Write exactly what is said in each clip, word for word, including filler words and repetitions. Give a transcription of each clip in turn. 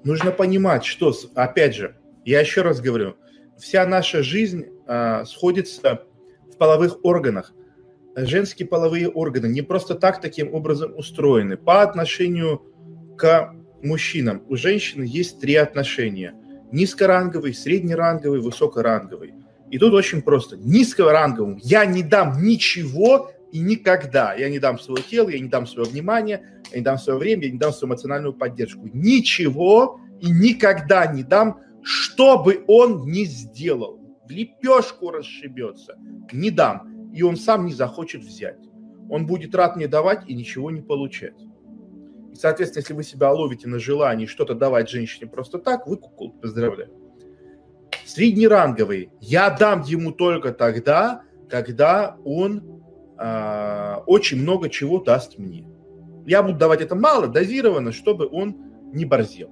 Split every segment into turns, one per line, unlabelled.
нужно понимать, что, опять же, я еще раз говорю, вся наша жизнь а, сходится в половых органах. Женские половые органы не просто так таким образом устроены. По отношению к мужчинам у женщины есть три отношения. Низкоранговый, среднеранговый, высокоранговый. И тут очень просто. Низкоранговому я не дам ничего и никогда. Я не дам свое тело, я не дам свое внимание, я не дам свое время, я не дам свою эмоциональную поддержку. Ничего и никогда не дам, что бы он ни сделал. В лепешку расшибется. Не дам. И он сам не захочет взять. Он будет рад мне давать и ничего не получать. И, соответственно, если вы себя ловите на желании что-то давать женщине просто так, вы кукол, поздравляю. Среднеранговый. Я дам ему только тогда, когда он э, очень много чего даст мне. Я буду давать это мало, дозированно, чтобы он не борзел.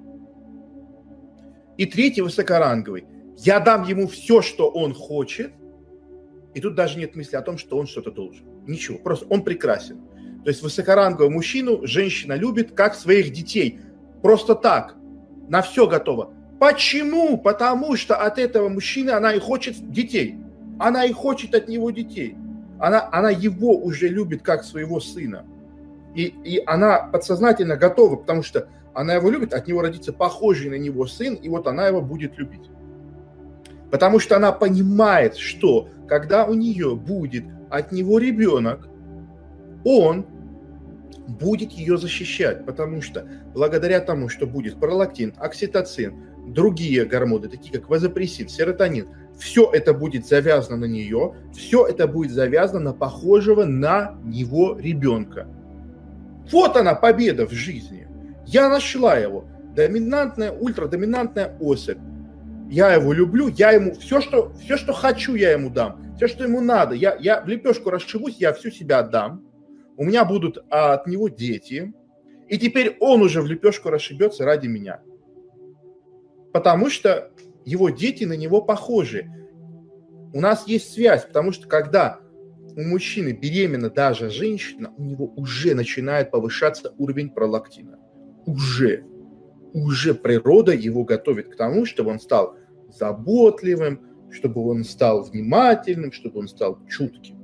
И третий высокоранговый. Я дам ему все, что он хочет, и тут даже нет мысли о том, что он что-то должен. Ничего, просто он прекрасен. То есть высокорангового мужчину женщина любит как своих детей. Просто так, на все готова. Почему? Потому что от этого мужчины она и хочет детей. Она и хочет от него детей. Она, она его уже любит как своего сына. И, и она подсознательно готова, потому что она его любит, от него родится похожий на него сын, и вот она его будет любить. Потому что она понимает, что когда у нее будет от него ребенок, он будет ее защищать, потому что благодаря тому, что будет пролактин, окситоцин, другие гормоны, такие как вазопрессин, серотонин, все это будет завязано на нее, все это будет завязано на похожего на него ребенка. Вот она, победа в жизни. Я нашла его. Доминантная, ультрадоминантная особь. Я его люблю, я ему все, что, все, что хочу, я ему дам. Все, что ему надо. Я, я в лепешку расшибусь, я всю себя отдам. У меня будут от него дети. И теперь он уже в лепешку расшибется ради меня. Потому что его дети на него похожи. У нас есть связь, потому что когда у мужчины беременна даже женщина, у него уже начинает повышаться уровень пролактина. Уже. Уже природа его готовит к тому, чтобы он стал заботливым, чтобы он стал внимательным, чтобы он стал чутким.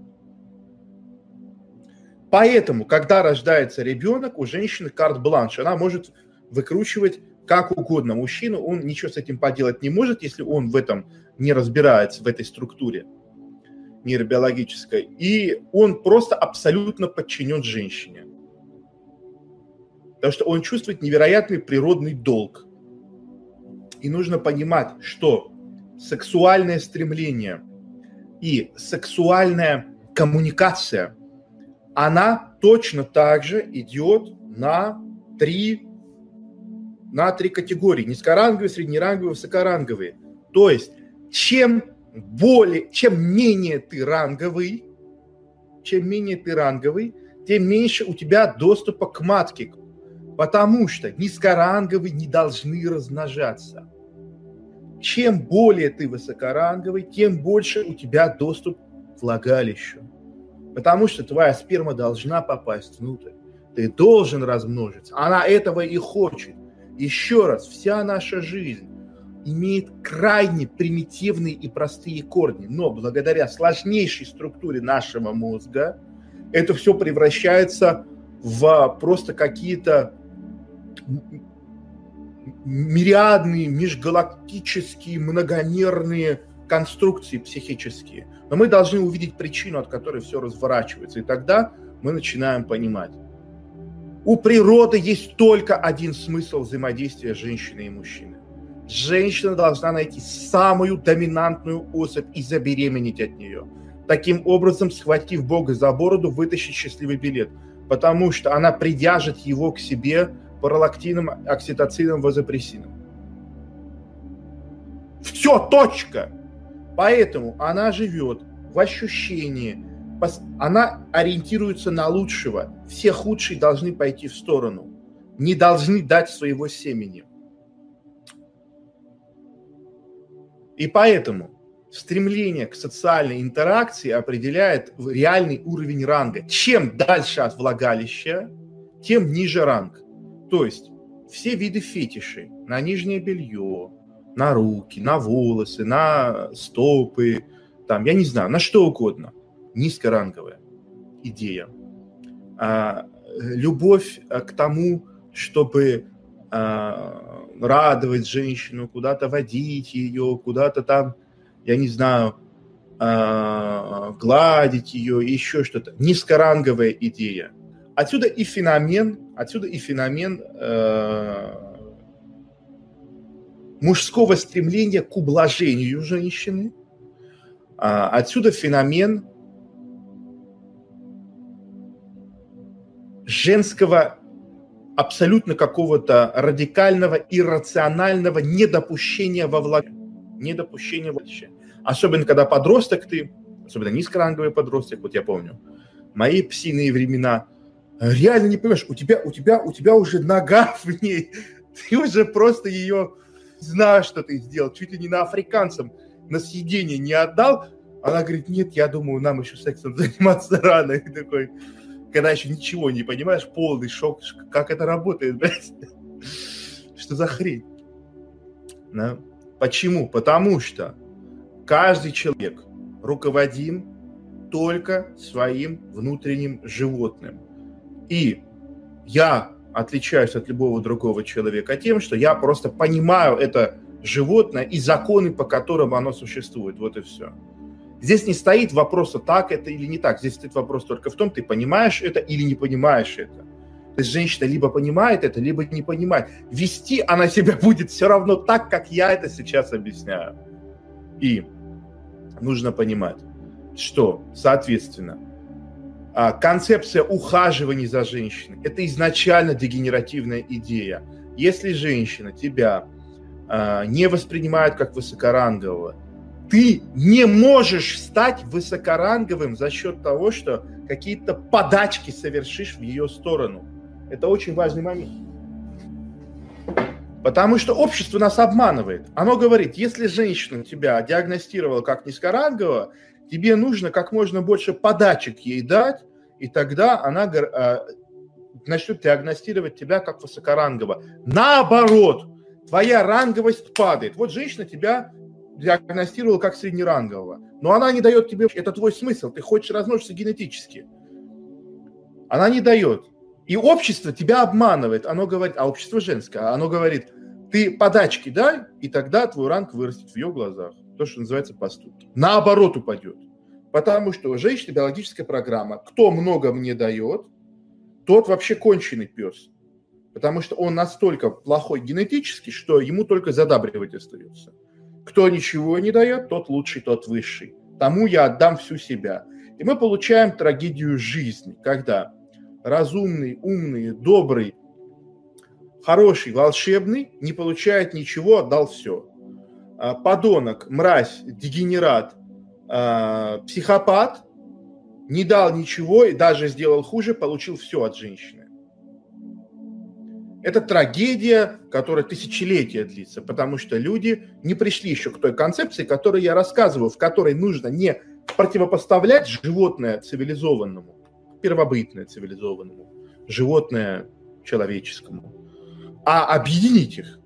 Поэтому, когда рождается ребенок, у женщины карт-бланш. Она может выкручивать как угодно мужчину, он ничего с этим поделать не может, если он в этом не разбирается, в этой структуре нейробиологической. И он просто абсолютно подчинен женщине. Потому что он чувствует невероятный природный долг. И нужно понимать, что сексуальное стремление и сексуальная коммуникация, она точно так же идет на три, на три категории. Низкоранговые, среднеранговые, высокоранговые. То есть, чем более, чем менее ты ранговый, чем менее ты ранговый, тем меньше у тебя доступа к матке. Потому что низкоранговые не должны размножаться. Чем более ты высокоранговый, тем больше у тебя доступ к влагалищу. Потому что твоя сперма должна попасть внутрь. Ты должен размножиться. Она этого и хочет. Еще раз, вся наша жизнь имеет крайне примитивные и простые корни. Но благодаря сложнейшей структуре нашего мозга это все превращается в просто какие-то мириадные, межгалактические, многомерные конструкции психические. Но мы должны увидеть причину, от которой все разворачивается. И тогда мы начинаем понимать. У природы есть только один смысл взаимодействия женщины и мужчины. Женщина должна найти самую доминантную особь и забеременеть от нее. Таким образом, схватив Бога за бороду, вытащить счастливый билет. Потому что она привяжет его к себе пролактином, окситоцином, вазопрессином. Все, точка. Поэтому она живет в ощущении, она ориентируется на лучшего. Все худшие должны пойти в сторону, не должны дать своего семени. И поэтому стремление к социальной интеракции определяет реальный уровень ранга. Чем дальше от влагалища, тем ниже ранг. То есть все виды фетишей на нижнее белье, на руки, на волосы, на стопы, там, я не знаю, на что угодно. Низкоранговая идея. А, любовь к тому, чтобы а, радовать женщину, куда-то водить ее, куда-то там, я не знаю, а, гладить ее, еще что-то. Низкоранговая идея. Отсюда и феномен, отсюда и феномен э, мужского стремления к ублажению женщины. А, отсюда феномен женского абсолютно какого-то радикального, иррационального недопущения во власть. Недопущения во власть. Особенно, когда подросток ты, особенно низкоранговый подросток, вот я помню, мои псиные времена, реально не понимаешь, у тебя, у тебя, у тебя уже нога в ней, ты уже просто ее знаешь, что ты сделал, чуть ли не на африканцам на съедение не отдал. Она говорит, нет, я думаю, нам еще сексом заниматься рано. И такой, когда еще ничего не понимаешь, полный шок, как это работает, блядь. Что за хрень? Да? Почему? Потому что каждый человек руководим только своим внутренним животным. И я отличаюсь от любого другого человека тем, что я просто понимаю это животное и законы, по которым оно существует. Вот и все. Здесь не стоит вопроса, так это или не так. Здесь стоит вопрос только в том, ты понимаешь это или не понимаешь это. То есть женщина либо понимает это, либо не понимает. Вести она себя будет все равно так, как я это сейчас объясняю. И нужно понимать, что, соответственно, концепция ухаживания за женщиной – это изначально дегенеративная идея. Если женщина тебя э, не воспринимает как высокорангового, ты не можешь стать высокоранговым за счет того, что какие-то подачки совершишь в ее сторону. Это очень важный момент. Потому что общество нас обманывает. Оно говорит, если женщина тебя диагностировала как низкорангового, тебе нужно как можно больше подачек ей дать, и тогда она э, начнет диагностировать тебя как высокорангового. Наоборот, твоя ранговость падает. Вот женщина тебя диагностировала как среднерангового, но она не дает тебе, это твой смысл, ты хочешь размножиться генетически. Она не дает. И общество тебя обманывает. Оно говорит, а общество женское, оно говорит, ты подачки дай, и тогда твой ранг вырастет в ее глазах. То, что называется поступки. Наоборот упадет. Потому что у женщины биологическая программа. Кто много мне дает, тот вообще конченый пес. Потому что он настолько плохой генетически, что ему только задабривать остается. Кто ничего не дает, тот лучший, тот высший. Тому я отдам всю себя. И мы получаем трагедию жизни, когда разумный, умный, добрый, хороший, волшебный не получает ничего, отдал все. Подонок, мразь, дегенерат, психопат не дал ничего и даже сделал хуже, получил все от женщины. Это трагедия, которая тысячелетия длится, потому что люди не пришли еще к той концепции, которую я рассказываю, в которой нужно не противопоставлять животное цивилизованному, первобытное цивилизованному, животное человеческому, а объединить их.